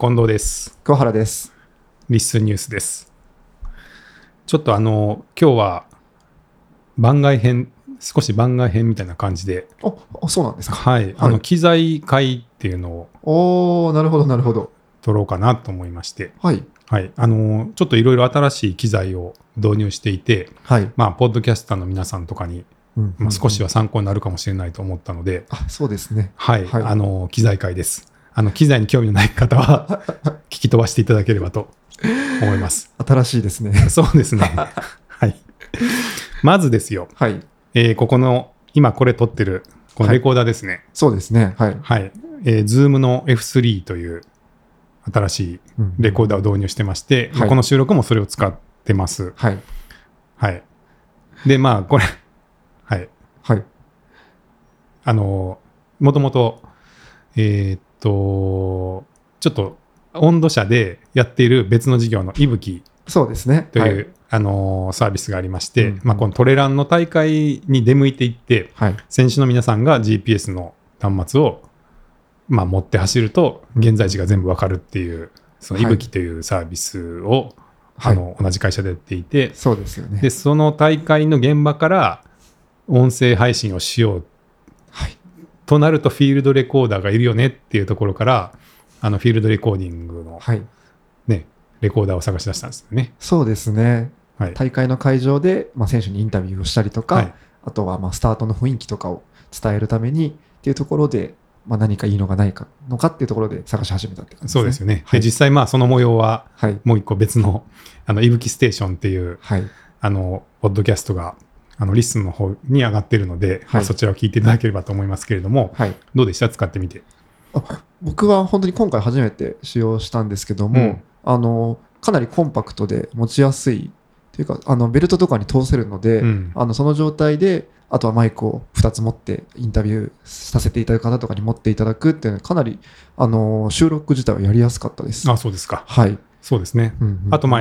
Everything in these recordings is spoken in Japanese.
近藤です。 桑原です。 リッスンニュースです。ちょっと今日は番外編、少し番外編みたいな感じで、 そうなんですか。 はい、 はい。 機材会っていうのをなるほど、なるほど。 取ろうかなと思いまして、 はい。 はい、ちょっといろいろ新しい機材を導入していて、 はい。 ポッドキャスターの皆さんとかに、少しは参考になるかもしれないと思ったので、 そうですね。 はい、 はい。 機材会です。機材に興味のない方は聞き飛ばしていただければと思います。 新しいですね。 そうですね。はい。まずですよ。 はい。 ここの、今これ撮ってる、このレコーダーですね。 そうですね。はい。 はい。Zoom の F3 という新しいレコーダーを導入してまして、この収録もそれを使ってます。 はい。 はい。で、これ、はい。 はい。 もともと、ちょっと温度社でやっている別の事業のいぶきそうですね。 という、サービスがありまして、このトレランの大会に出向いていって、選手の皆さんが GPS の端末を、持って走ると現在地が全部わかるっていう、そのいぶきというサービスを、同じ会社でやっていて、 そうですよね。 でその大会の現場から音声配信をしよう、となるとフィールドレコーダーがいるよねっていうところから、フィールドレコーディングの、レコーダーを探し出したんですよね。 そうですね。大会の会場で、選手にインタビューをしたりとか、あとはスタートの雰囲気とかを伝えるためにっていうところで、何かいいのがないかのかっていうところで探し始めたって感じですね。 そうですよね。で実際その模様はもう一個別のいぶきステーションっていう、ポッドキャストがリッスンの方に上がっているので、そちらを聞いていただければと思いますけれども、どうでした？使ってみて。 僕は本当に今回初めて使用したんですけども、かなりコンパクトで持ちやすいというか、ベルトとかに通せるので、その状態であとはマイクを2つ持ってインタビューさせていただく方とかに持っていただくっていうのはかなり収録自体はやりやすかったです。 そうですか。 はい。 そうですね。あと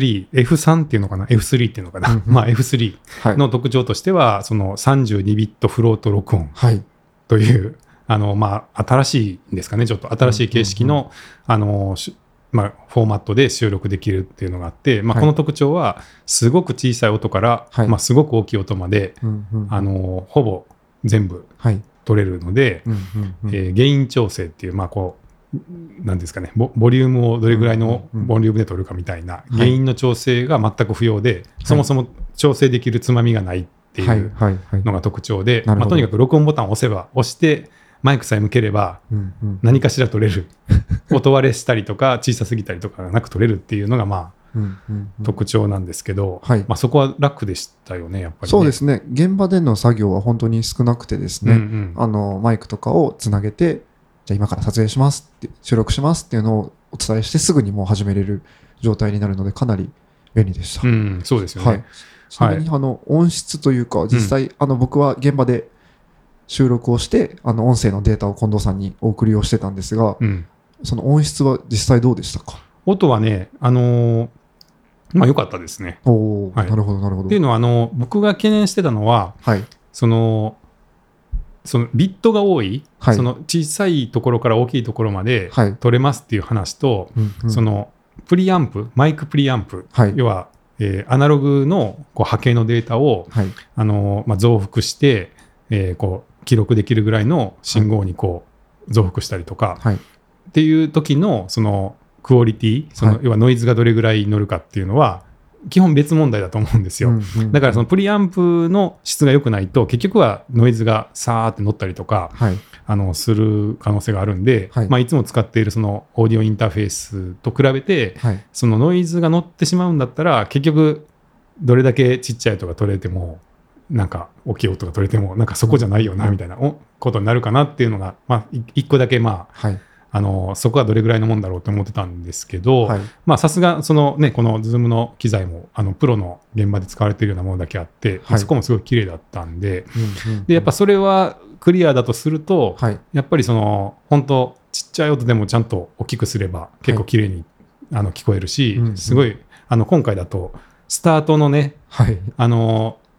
F3、F3 っていうのかな、F3 っていうのかな、F3 の特徴としては、その32ビットフロート録音という、新しいんですかね、ちょっと新しい形式の、フォーマットで収録できるっていうのがあって、この特徴はすごく小さい音から、すごく大きい音まで、ほぼ全部取れるので、ゲイン調整っていう、なんですかね、ボリュームをどれぐらいのボリュームで取るかみたいな、ゲインの調整が全く不要で、そもそも調整できるつまみがないっていうのが特徴で、とにかく録音ボタンを押してマイクさえ向ければ何かしら取れる、音割れしたりとか小さすぎたりとかがなく取れるっていうのが特徴なんですけど、そこは楽でしたよね、やっぱりね。 そうですね。現場での作業は本当に少なくてですね、マイクとかをつなげて、じゃあ今から撮影しますって収録しますっていうのをお伝えしてすぐにもう始めれる状態になるのでかなり便利でした。 そうですよね。 ちなみに音質というか実際、僕は現場で収録をして音声のデータを近藤さんにお送りをしてたんですが、その音質は実際どうでしたか？ 音はね、良かったですね。 なるほどなるほど。 っていうのは僕が懸念してたのは、そのビットが多い、その小さいところから大きいところまで取れますっていう話と、そのプリアンプ、マイクプリアンプ、要は、アナログの波形のデータを、増幅して、記録できるぐらいの信号に増幅したりとか、っていう時のそのクオリティ、要はノイズがどれぐらい乗るかっていうのは基本別問題だと思うんですよ。だからそのプリアンプの質が良くないと結局はノイズがさーって乗ったりとか、する可能性があるんで、いつも使っているそのオーディオインターフェースと比べて、そのノイズが乗ってしまうんだったら結局どれだけちっちゃい音が取れてもなんか大きい音が取れてもなんかそこじゃないよなみたいなことになるかなっていうのが、一個だけそこはどれぐらいのもんだろうと思ってたんですけど、さすがこの Zoom の機材もプロの現場で使われているようなものだけあって、そこもすごい綺麗だったんで、やっぱそれはクリアだとすると、やっぱり本当ちっちゃい音でもちゃんと大きくすれば結構綺麗に聞こえるし、すごい今回だとスタートのね、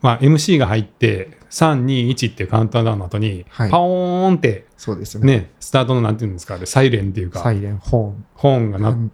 MC が入って321っていうカウントダウンの後に、パオーンって、 そうですね、 スタートのなんていうんですか、サイレンっていうか、 サイレン、ホーンが鳴って、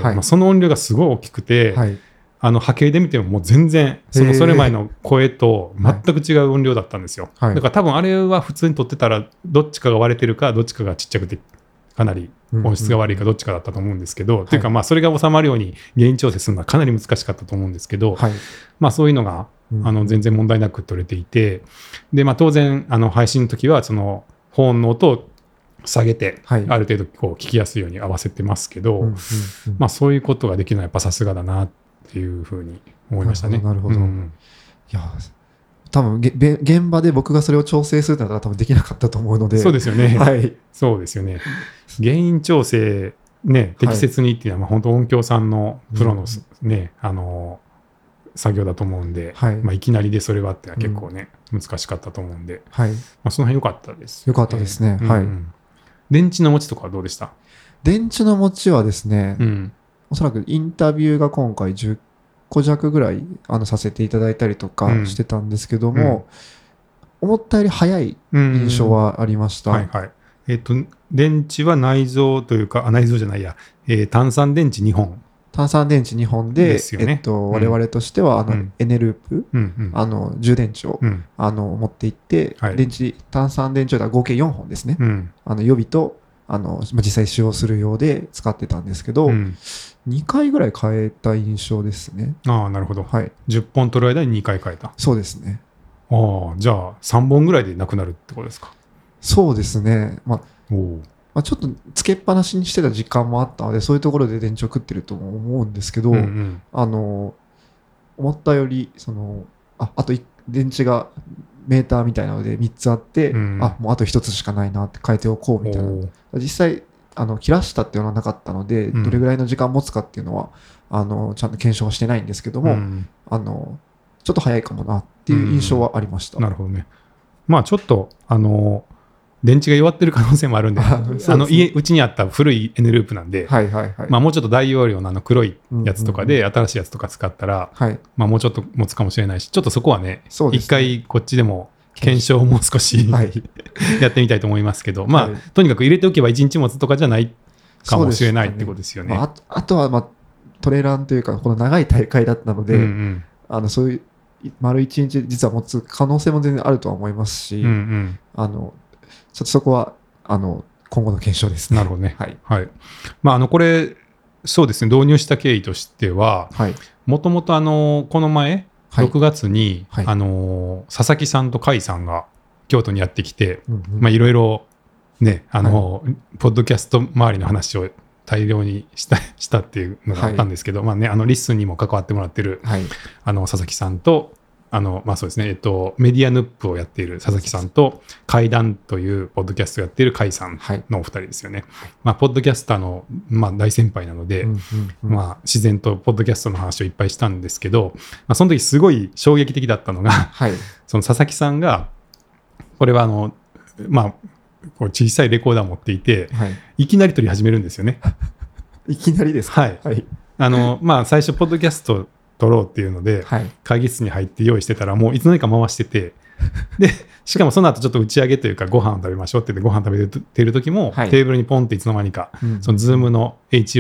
その音量がすごい大きくて、波形で見てももう全然それ前の声と全く違う音量だったんですよ。だから多分あれは普通に撮ってたらどっちかが割れてるかどっちかがちっちゃくてかなり音質が悪いかどっちかだったと思うんですけど、というかそれが収まるように原因調整するのはかなり難しかったと思うんですけど、そういうのが全然問題なく撮れていて、で当然配信の時はそのホーンの音を下げて、ある程度こう聞きやすいように合わせてますけど、そういうことができるのはやっぱさすがだなっていうふうに思いましたね。 なるほど。いや多分現場で僕がそれを調整するのは多分できなかったと思うので。 そうですよね。そうですよね。原因調整ね適切にっていうのは本当音響さんのプロのね作業だと思うんで、いきなりでそれはってのは結構ね難しかったと思うんで、その辺良かったです。 良かったですね。 電池の持ちとかはどうでした？ 電池の持ちはですね、おそらくインタビューが今回10個弱ぐらいさせていただいたりとかしてたんですけども、思ったより早い印象はありました。 電池は内蔵というか、内蔵じゃないや、単三電池2本。 単三電池2本で、我々としてはエネループ、充電池を、持っていって、単三電池は合計4本ですね。予備と実際使用するようで使ってたんですけど、2回ぐらい変えた印象ですね。 なるほど。10本取る間に2回変えた。 そうですね。 じゃあ3本ぐらいでなくなるってことですか？ そうですね。ちょっとつけっぱなしにしてた時間もあったので、そういうところで電池を食ってると思うんですけど、思ったよりあと電池がメーターみたいなので3つあって、もうあと1つしかないなって変えておこうみたいな。実際切らしたっていうのはなかったので、どれぐらいの時間持つかっていうのはちゃんと検証してないんですけども、ちょっと早いかもなっていう印象はありました。 なるほどね。ちょっと電池が弱ってる可能性もあるんで、うちにあった古いエネループなんで、もうちょっと大容量の黒いやつとかで新しいやつとか使ったら、もうちょっと持つかもしれないし、ちょっとそこはね、一回こっちでも検証をもう少しやってみたいと思いますけど、とにかく入れておけば1日持つとかじゃないかもしれないってことですよね。 あとはトレランというかこの長い大会だったので、そういう丸1日実は持つ可能性も全然あるとは思いますし、ちょっとそこは今後の検証ですね。 なるほどね。これそうですね、導入した経緯としては、もともとこの前6月に、佐々木さんと甲斐さんが京都にやってきて、いろいろねポッドキャスト周りの話を大量にしたっていうのがあったんですけど、リッスンにも関わってもらってる、佐々木さんとそうですね、メディアヌップをやっている佐々木さんと怪談というポッドキャストをやっている甲斐さんのお二人ですよね。ポッドキャスターの、大先輩なので、自然とポッドキャストの話をいっぱいしたんですけど、その時すごい衝撃的だったのが、その佐々木さんがこれはこう小さいレコーダーを持っていて、いきなり撮り始めるんですよね。 いきなりですか？ 最初ポッドキャスト撮ろうっていうので、会議室に入って用意してたらもういつの間にか回してて、でしかもその後ちょっと打ち上げというかご飯を食べましょうって言ってご飯食べてる時も、テーブルにポンっていつの間にか、その Zoom の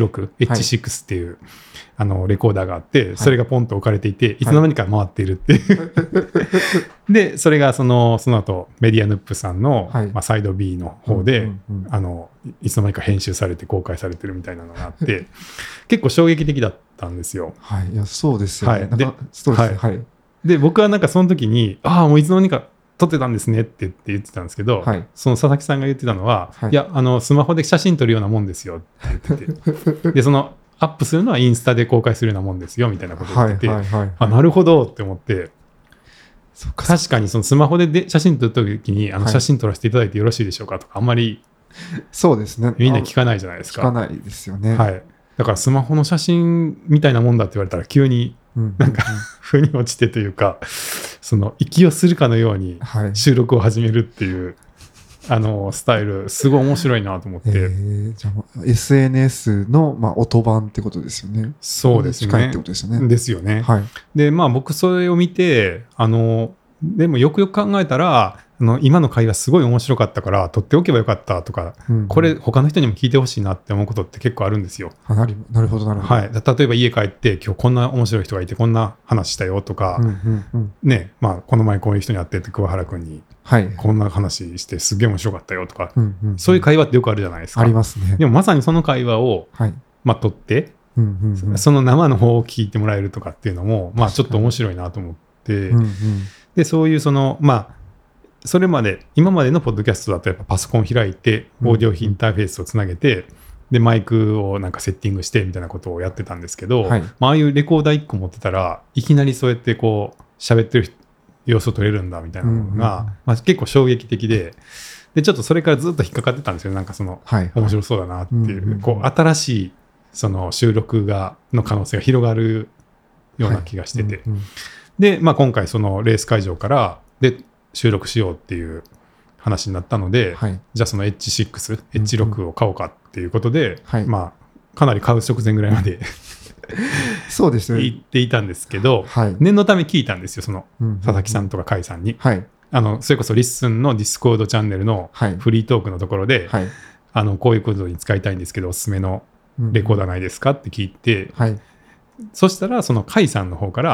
H6、H6 っていうレコーダーがあって、それがポンと置かれていて、いつの間にか回っているっていうでそれがその後メディアヌップさんの、サイド B の方で、いつの間にか編集されて公開されてるみたいなのがあって結構衝撃的だったんですよ。 いやそうですよね。 で僕はその時にもういつの間にか撮ってたんですねって言ってたんですけど、その佐々木さんが言ってたのは、いやスマホで写真撮るようなもんですよって言っててでアップするのはインスタで公開するようなもんですよみたいなことを言ってて、なるほどって思って、確かにそのスマホで写真撮った時に写真撮らせていただいてよろしいでしょうかとかあんまりそうですね、 みんな聞かないじゃないですか。 聞かないですよね。 だからスマホの写真みたいなもんだって言われたら急に腑に落ちてというか、その息をするかのように収録を始めるっていう、スタイルすごい面白いなと思って、 じゃあ SNS の、音版ってことですよね。 そうですね。 近いってことですよね。 ですよね。で僕それを見てでもよくよく考えたら今の会話すごい面白かったから取っておけばよかったとか、これ他の人にも聞いてほしいなって思うことって結構あるんですよ。 なるほどなるほど、 はい、例えば家帰って今日こんな面白い人がいてこんな話したよとか、ね、まあ、この前こういう人に会ってって桑原君にこんな話してすげえ面白かったよとか、そういう会話ってよくあるじゃないですか。 ありますね。 でもまさにその会話を、まあ、取って、その生の方を聞いてもらえるとかっていうのも、まあ、ちょっと面白いなと思って、でそういうまあそれまで今までのポッドキャストだとやっぱパソコン開いてオーディオインターフェースをつなげて、でマイクをなんかセッティングしてみたいなことをやってたんですけど、まあ、ああいうレコーダー1個持ってたらいきなりそうやってこう喋ってる様子を撮れるんだみたいなのが、まあ、結構衝撃的で、ちょっとそれからずっと引っかかってたんですよ。なんか面白そうだなっていう、こう新しい収録の可能性が広がるような気がしてて、で、まあ、今回レース会場からで収録しようっていう話になったので、じゃあその H6、H6 を買おうかっていうことで、まあ、かなり買う直前ぐらいまでそうですね、 言っていたんですけど、念のため聞いたんですよ、佐々木さんとか甲斐さんに。それこそリッスンのディスコードチャンネルのフリートークのところで、こういうことに使いたいんですけどおすすめのレコーダーないですかって聞いて、そしたらその甲斐さんの方から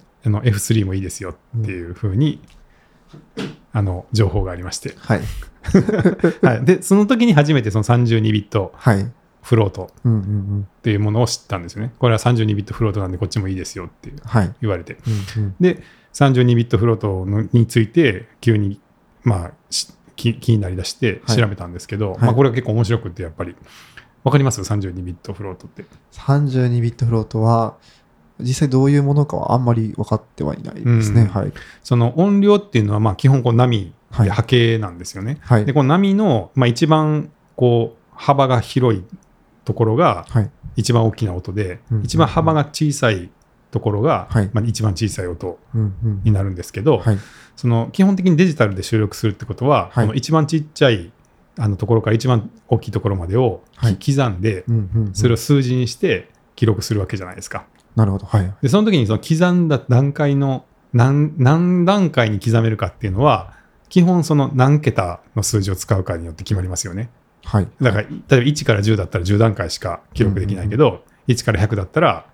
、F3 もいいですよっていうふうに、情報がありまして、でその時に初めてその32ビットフロートっていうものを知ったんですよね。これは32ビットフロートなんでこっちもいいですよって言われて、で32ビットフロートについて急に、まあ、気になりだして調べたんですけど、まあ、これは結構面白くて、やっぱり分かります ?32 ビットフロートって。 32ビットフロートは実際どういうものかはあんまり分かってはいないですね。 その音量っていうのはまあ基本こう波で波形なんですよね。でこの波の、まあ、一番こう幅が広いところが一番大きな音で、一番幅が小さいところが、まあ、一番小さい音になるんですけど、基本的にデジタルで収録するってことは、この一番ちっちゃいところから一番大きいところまでを刻んで、それを数字にして記録するわけじゃないですか。 なるほど。 でその時に刻んだ段階の何段階に刻めるかっていうのは基本何桁の数字を使うかによって決まりますよね。だから例えば1から10だったら10段階しか記録できないけど、1から100だったら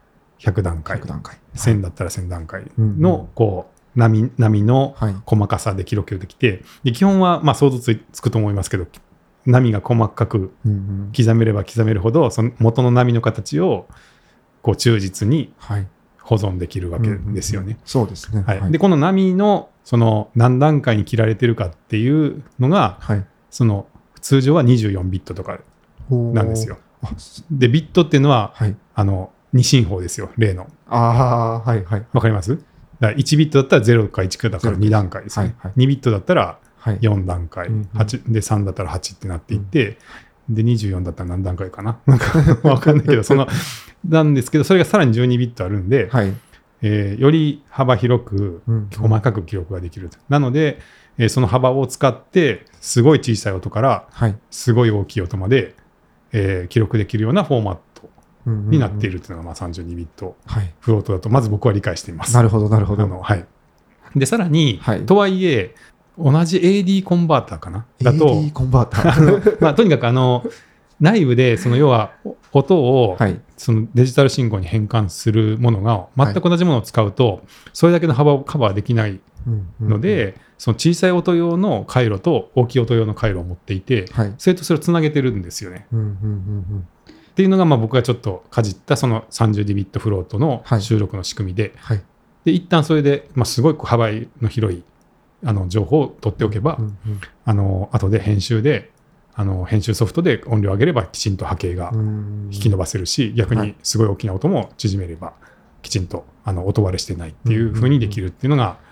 100段階、1000だったら1000段階のこう波の細かさで記録できて、で基本はまあ想像つくと思いますけど、波が細かく刻めれば刻めるほどその元の波の形をこう忠実に保存できるわけですよね。 そうですね。 でこの波の何段階に切られてるかっていうのが、通常は24ビットとかなんですよ。でビットっていうのは、2進法ですよ、例の。わかります？だから1ビットだったら0か1かだから2段階ですね。2ビットだったら4段階、8で3だったら8ってなっていって、で24だったら何段階かな、なんか分かんないけどなんですけど、それがさらに12ビットあるんで、より幅広く細かく記録ができる。なので、その幅を使ってすごい小さい音からすごい大きい音まで、記録できるようなフォーマットになっているというのがまあ32ビットフロートだとまず僕は理解しています。 なるほどなるほど。 でさらに、とはいえ同じ AD コンバーターかなだと AD コンバーターまあ、とにかく内部で要は音をデジタル信号に変換するものが全く同じものを使うとそれだけの幅をカバーできないので、その小さい音用の回路と大きい音用の回路を持っていて、それとそれをつなげてるんですよね。っていうのがまあ僕がちょっとかじったその32ビットフロートの収録の仕組みで、で一旦それで、まあ、すごい幅の広い情報を取っておけば、後で編集ソフトで音量を上げればきちんと波形が引き伸ばせるし、逆にすごい大きな音も縮めればきちんと音割れしてないっていう風にできるっていうのが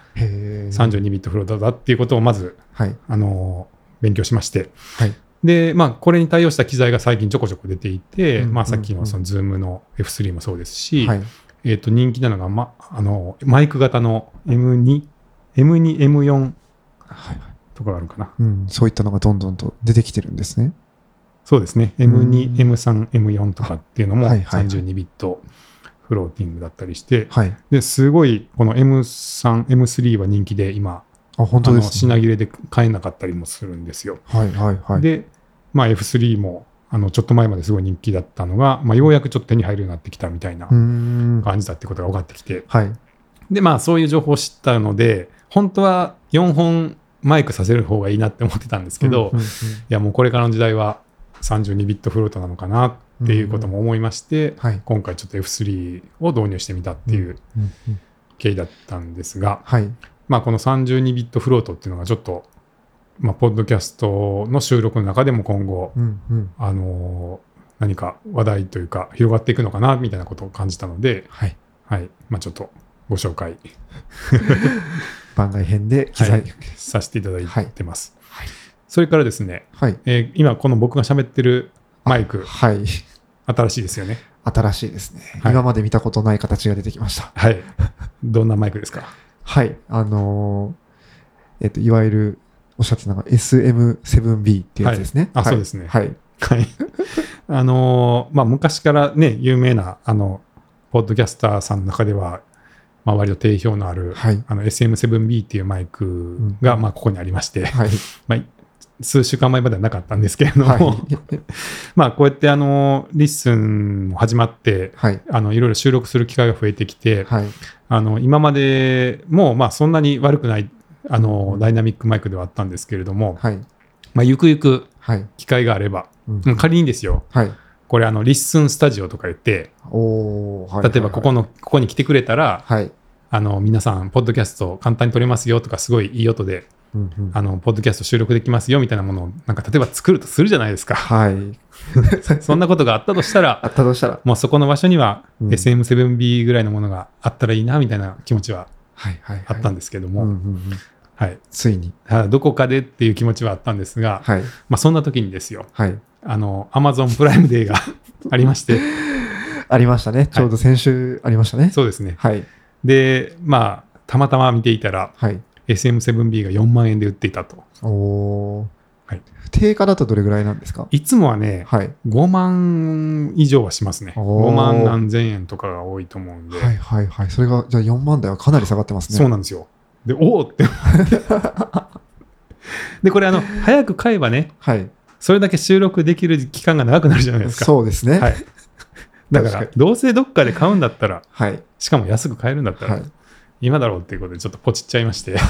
32ビットフロートだっていうことをまず、勉強しまして、でまあ、これに対応した機材が最近ちょこちょこ出ていて、まあ、さっきのその Zoom の F3 もそうですし、人気なのが、マイク型の M2、M4 とかあるかな、 そういったのがどんどんと出てきてるんですね。 そうですね。M2、M3、M4 とかっていうのも32ビットフローティングだったりして、 はい、 ですごいこの M3、M3 は人気で今、 本当ですね、 品切れで買えなかったりもするんですよ。 はいはいはい、 で、まあ、F3 もちょっと前まですごい人気だったのが、まあ、ようやくちょっと手に入るようになってきたみたいな感じだってことが分かってきて、 はい、 でまあそういう情報を知ったので、本当は4本マイクさせる方がいいなって思ってたんですけど、いやもうこれからの時代は32ビットフロートなのかなっていうことも思いまして、はい、今回ちょっと F3 を導入してみたっていう経緯だったんですが、 はい、 まあ、この32ビットフロートっていうのがちょっと、まあ、ポッドキャストの収録の中でも今後、何か話題というか広がっていくのかなみたいなことを感じたので、はいはい、まあ、ちょっとご紹介番外編で記載、 させていただいてます、はい、それからですね、今この僕が喋ってるマイク、新しいですよね。 新しいですね、今まで見たことない形が出てきました。 はい、どんなマイクですか？ はい、いわゆるおっしゃってたのが SM7B っていうやつですね。 そうですね。はい。まあ、昔からね、有名なポッドキャスターさんの中では、まあ、割と定評のある、SM7B っていうマイクが、まあ、ここにありまして、まあ、数週間前まではなかったんですけれども、まあこうやってリッスンも始まって、いろいろ収録する機会が増えてきて、今までもまあそんなに悪くないダイナミックマイクではあったんですけれども、まあ、ゆくゆく機会があれば、仮にですよ、これリッスンスタジオとか言って、例えばここに来てくれたら、皆さんポッドキャスト簡単に撮れますよとか、すごいいい音でポッドキャスト収録できますよみたいなものをなんか例えば作るとするじゃないですか。そんなことがあったとしたらもうそこの場所には SM7B ぐらいのものがあったらいいなみたいな気持ちはあったんですけども、 ついにどこかでっていう気持ちはあったんですが、まあ、そんな時にですよ、Amazon プライムデーがありましてありましたね。ちょうど先週ありましたね。 そうですね。でまあたまたま見ていたら、SM7B が4万円で売っていたと。 定価だとどれぐらいなんですか？ いつもはね、5万以上はしますね。5万何千円とかが多いと思うんで。 それがじゃあ4万台はかなり下がってますね。 そうなんですよ。でおおってでこれ早く買えばね、それだけ収録できる期間が長くなるじゃないですか。 そうですね。 だからどうせどっかで買うんだったら、しかも安く買えるんだったら、今だろうっていうことでちょっとポチっちゃいまして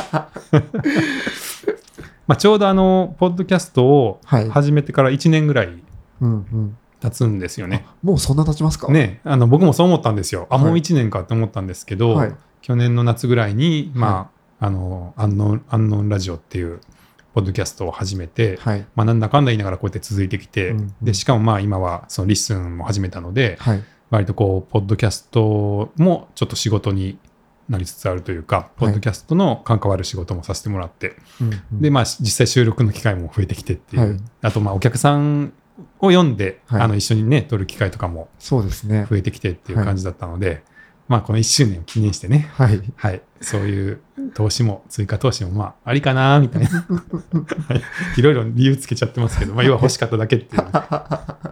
まあちょうどポッドキャストを始めてから1年ぐらい経つんですよね。 もうそんな経ちますかね。僕もそう思ったんですよ。もう1年かって思ったんですけど、去年の夏ぐらいに、まあアンノンラジオっていうポッドキャストを始めて、まあなんだかんだ言いながらこうやって続いてきて、でしかもまあ今はそのリッスンも始めたので、割とこうポッドキャストもちょっと仕事になりつつあるというか、ポッドキャストの関わる仕事もさせてもらって、でまあ実際収録の機会も増えてきてっていう、あとまあお客さんを呼んで、一緒にね撮る機会とかも増えてきてっていう感じだったので、まあこの1周年を記念してね、そういう投資も追加投資もまあありかなみたいないろいろ理由つけちゃってますけど、まあ要は欲しかっただけっていう、確か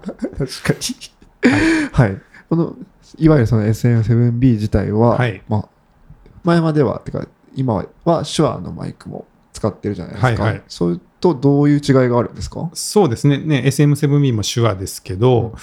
にこのいわゆるその SM7B 自体は、まあ前まではてか今は手話のマイクも使ってるじゃないですか。それとどういう違いがあるんですか？ そうですね。SM7B も手話ですけど、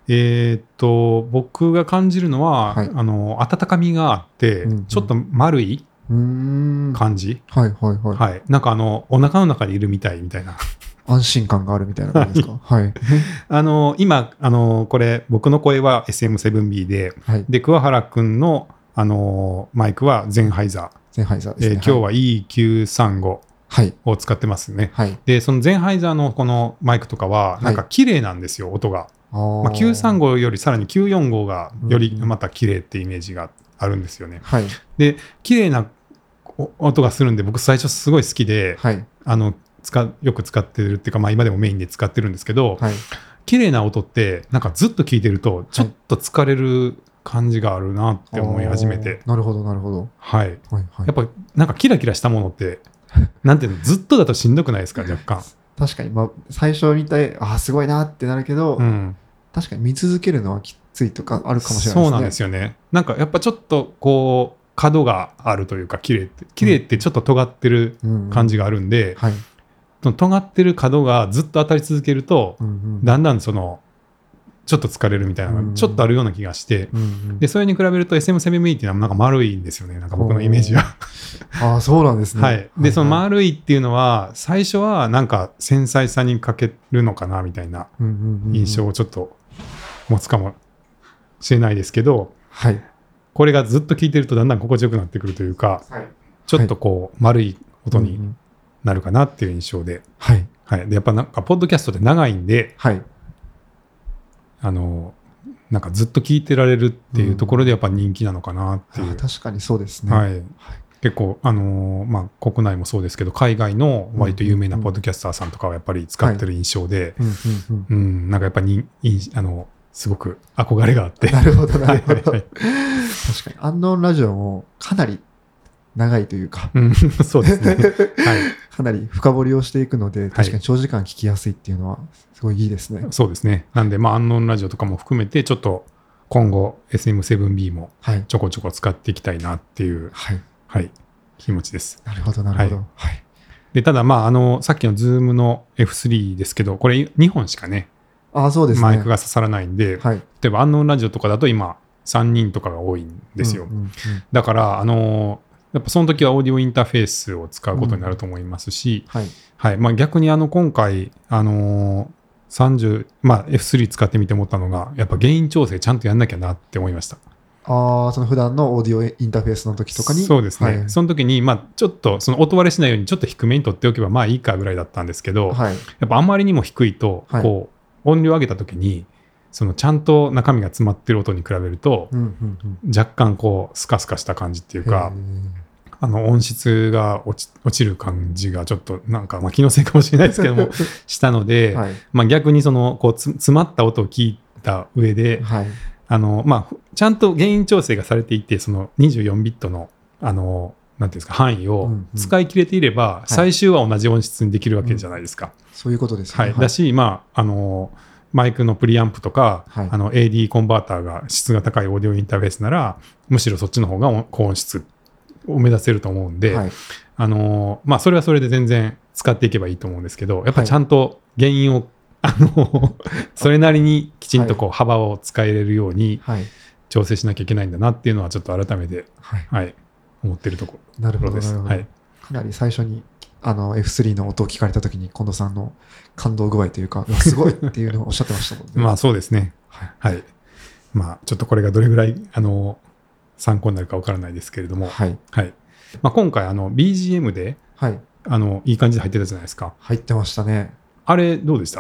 僕が感じるのは、温かみがあって、ちょっと丸い感じ。なんかお腹の中にいるみたいな。 安心感があるみたいな感じですか？ 今これ僕の声は SM7B で、で桑原くんのマイクはゼンハイザーですね。今日は E935 を使ってますね。でそのゼンハイザーのこのマイクとかはなんか綺麗なんですよ、音が。まあ、935よりさらに945がよりまた綺麗ってイメージがあるんですよね。で綺麗な音がするんで、僕最初すごい好きで、よく使ってるっていうか、まあ、今でもメインで使ってるんですけど、綺麗な音ってなんかずっと聞いてるとちょっと疲れる感じがあるなって思い始めて。 なるほどなるほど。 やっぱなんかキラキラしたものってなんていうの、ずっとだとしんどくないですか？若干確かに、まあ、最初見てすごいなってなるけど、確かに見続けるのはきっついとかあるかもしれないですね。 そうなんですよね。なんかやっぱちょっとこう角があるというか、綺麗ってちょっと尖ってる感じがあるんで、 はい、 その尖ってる角がずっと当たり続けると、だんだんそのちょっと疲れるみたいなのがちょっとあるような気がして、でそれに比べると SM7E っていうのはなんか丸いんですよね、なんか僕のイメージは。 ああ、そうなんですね。 はい。でその丸いっていうのは最初はなんか繊細さに欠けるのかなみたいな印象をちょっと持つかもしれないですけど、 はい、 これがずっと聞いてるとだんだん心地よくなってくるというか、はい、ちょっとこう丸い音になるかなっていう印象で、 はいはい、でやっぱなんかポッドキャストって長いんで、 はい、 なんかずっと聞いてられるっていうところでやっぱ人気なのかなっていう、 確かにそうですね、 はい、結構まあ、国内もそうですけど海外の割と有名なポッドキャスターさんとかはやっぱり使ってる印象で、なんかやっぱりすごく憧れがあって。 なるほどなるほど。確かにアンノーンラジオもかなり長いというか、 そうですね、はい、 かなり深掘りをしていくので、確かに長時間聞きやすいっていうのはすごいいいですね。 そうですね。なんでまあアンノーンラジオとかも含めてちょっと今後 SM7B もちょこちょこ使っていきたいなっていう、はいはい、気持ちです。 なるほどなるほど、はい、 でただまあさっきの Zoom の F3 ですけど、これ2本しかね、 そうですね、 マイクが刺さらないんで、はい、例えばアンノーンラジオとかだと今3人とかが多いんですよ、だからやっぱその時はオーディオインターフェースを使うことになると思いますし、はいはい、まあ、逆に今回F3 使ってみて思ったのが、やっぱゲイン調整ちゃんとやんなきゃなって思いました。 その普段のオーディオインターフェースの時とかに。 そうですね、はい、その時にちょっとその音割れしないようにちょっと低めに取っておけばまあいいかぐらいだったんですけど、はい、やっぱあまりにも低いとこう音量上げた時にそのちゃんと中身が詰まってる音に比べると、若干こうスカスカした感じっていうか、音質が落ちる感じがちょっとなんか、気のせいかもしれないですけどもしたので、はい、逆にそのこう詰まった音を聞いた上で、はい、ちゃんとゲイン調整がされていて、その24ビットのなんていうんですか、範囲を使い切れていれば、最終は同じ音質にできるわけじゃないですか。 そういうことですね。 はい、だし、マイクのプリアンプとか、はい、AD コンバーターが質が高いオーディオインターフェースなら、むしろそっちの方が高音質を目指せると思うんで、はい、それはそれで全然使っていけばいいと思うんですけど、やっぱりちゃんと原因を、それなりにきちんとこう幅を使えれるように調整しなきゃいけないんだなっていうのはちょっと改めて、はいはい、思ってるところです。はい、 かなり最初にF3 の音を聞かれたときに近藤さんの感動具合というか、すごいっていうのをおっしゃってましたもんね。 まあそうですね、はいはい、ちょっとこれがどれぐらい参考になるかわからないですけれども、はいはい、今回BGM で、はい、いい感じで入ってたじゃないですか。 入ってましたね。 あれどうでした？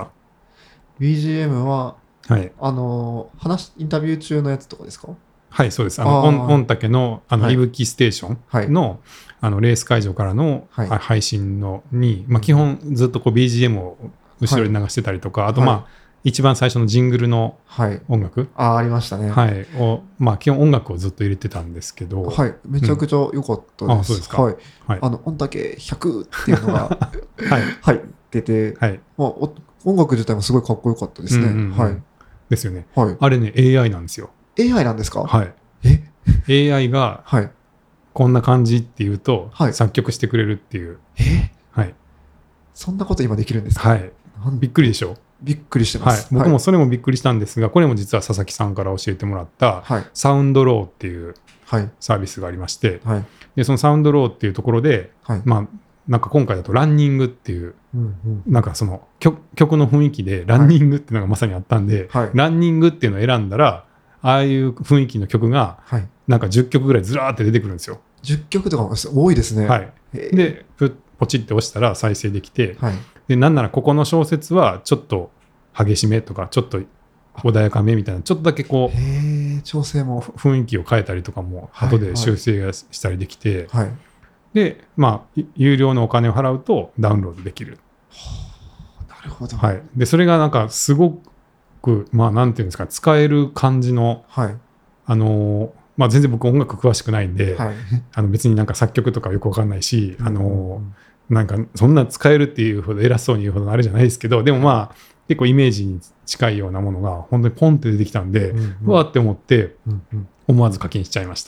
BGM は、はい、インタビュー中のやつとかですか？ はい、そうです。御嶽のいぶきステーションの、レース会場からの配信のに、基本ずっとこう BGM を後ろに流してたりとか、あと一番最初のジングルの音楽、 ありましたね。 はい、基本音楽をずっと入れてたんですけど、 はい、めちゃくちゃ良かったです。 そうですか。はい、 御嶽100っていうのがはい、出て、はい、音楽自体もすごいかっこよかったですね。はい。 ですよね。はい、あれね AI なんですよ。 AI なんですか？ はい。AI がこんな感じっていうと、作曲してくれるっていう。はい。 そんなこと今できるんですか？ はい。びっくりでしょ？ びっくりしてます。 はい、僕もそれもびっくりしたんですが、これも実は佐々木さんから教えてもらったサウンドローっていうサービスがありまして、はい、でそのサウンドローっていうところで、はい、なんか今回だとランニングっていう、なんかその曲の雰囲気でランニングっていうのがまさにあったんで、はい、ランニングっていうのを選んだら、ああいう雰囲気の曲がなんか10曲ぐらいずらーって出てくるんですよ。 10曲とかも多いですね。 はい、でポチって押したら再生できて、はい、でなんならここの小説はちょっと激しめとかちょっと穏やかめみたいな、ちょっとだけこう調整も雰囲気を変えたりとかも後で修正したりできて、はいはい、で有料のお金を払うとダウンロードできる。 なるほど。 はい、でそれがなんかすごくなんていうんですか、使える感じの、はい、全然僕音楽詳しくないんで、はい、別になんか作曲とかよく分かんないし、なんかそんな使えるっていうほど偉そうに言うほどのあれじゃないですけど、でも結構イメージに近いようなものが本当にポンって出てきたんで、うわって思って、思わず課金しちゃいました。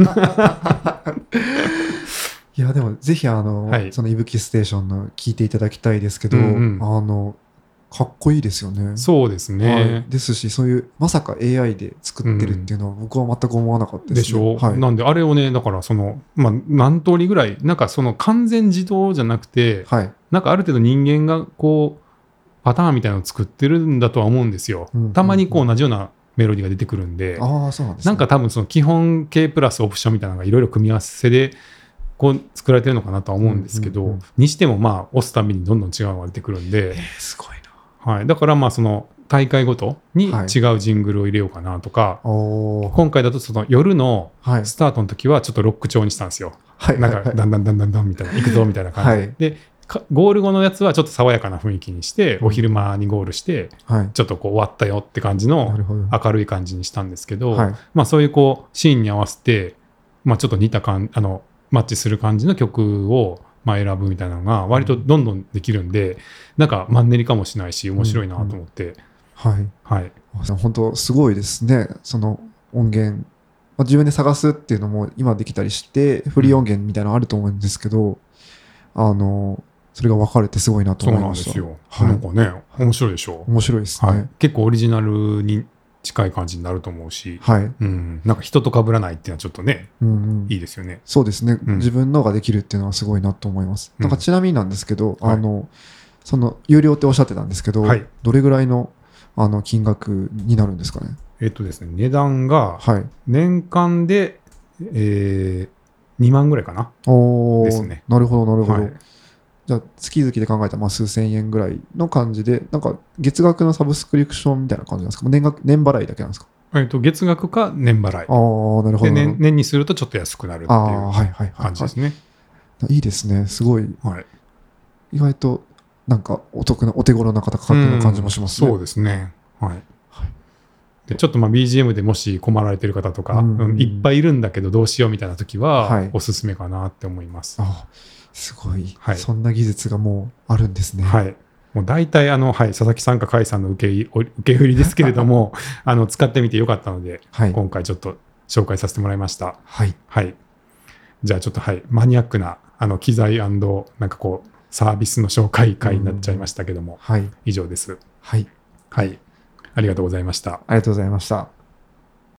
いやでもぜひそのいぶきステーションの聞いていただきたいですけど、かっこいいですよね。 そうですね。 ですし、そういうまさか AI で作ってるっていうのは僕は全く思わなかったですね。 でしょう。なんであれをね、だから何通りぐらいなんかその完全自動じゃなくて、なんかある程度人間がこうパターンみたいなのを作ってるんだとは思うんですよ。たまにこう同じようなメロディーが出てくるんで、なんか多分その基本形プラスオプションみたいなのがいろいろ組み合わせでこう作られてるのかなとは思うんですけど、にしても押すたびにどんどん違うのが出てくるんで、 すごいな。はい、だからその大会ごとに違うジングルを入れようかなとか、今回だとその夜のスタートの時はちょっとロック調にしたんですよ。なんかだんだんみたいな行くぞみたいな感じで。ゴール後のやつはちょっと爽やかな雰囲気にして、お昼間にゴールして、ちょっとこう終わったよって感じの明るい感じにしたんですけど、そういうこうシーンに合わせて、ちょっと似たマッチする感じの曲を選ぶみたいなのが割とどんどんできるんで、なんかマンネリかもしれないし面白いなと思って、 本当すごいですね。その音源、自分で探すっていうのも今できたりして、フリー音源みたいなのあると思うんですけど、それが分かれてすごいなと思いました。 そうなんですよ。なんかね、面白いでしょ。 面白いですね。 結構オリジナルに近い感じになると思うし、なんか人と被らないっていうのはちょっとね、いいですよね。 そうですね、自分のができるっていうのはすごいなと思います。なんかちなみになんですけど、その有料っておっしゃってたんですけど、どれぐらいの金額になるんですかね。 ですね、値段が年間で、2万ぐらいかな。ですね。 なるほどなるほど。じゃあ月々で考えたら数千円ぐらいの感じで、なんか月額のサブスクリプションみたいな感じなんですか。年払いだけなんですか。 月額か年払い。 なるほど。 で、年にするとちょっと安くなるっていう感じですね。 いいですね。すごい。意外となんかお手頃な価格の感じもしますね。 そうですね。でちょっとBGM でもし困られてる方とか、いっぱいいるんだけどどうしようみたいな時はおすすめかなって思います。 すごい、そんな技術がもうあるんですね。 もう大体佐々木さんか甲斐さんの受け売りですけれども使ってみてよかったので、今回ちょっと紹介させてもらいました。じゃあちょっとマニアックな機材&なんかこうサービスの紹介会になっちゃいましたけども、以上です。ありがとうございました。 ありがとうございました。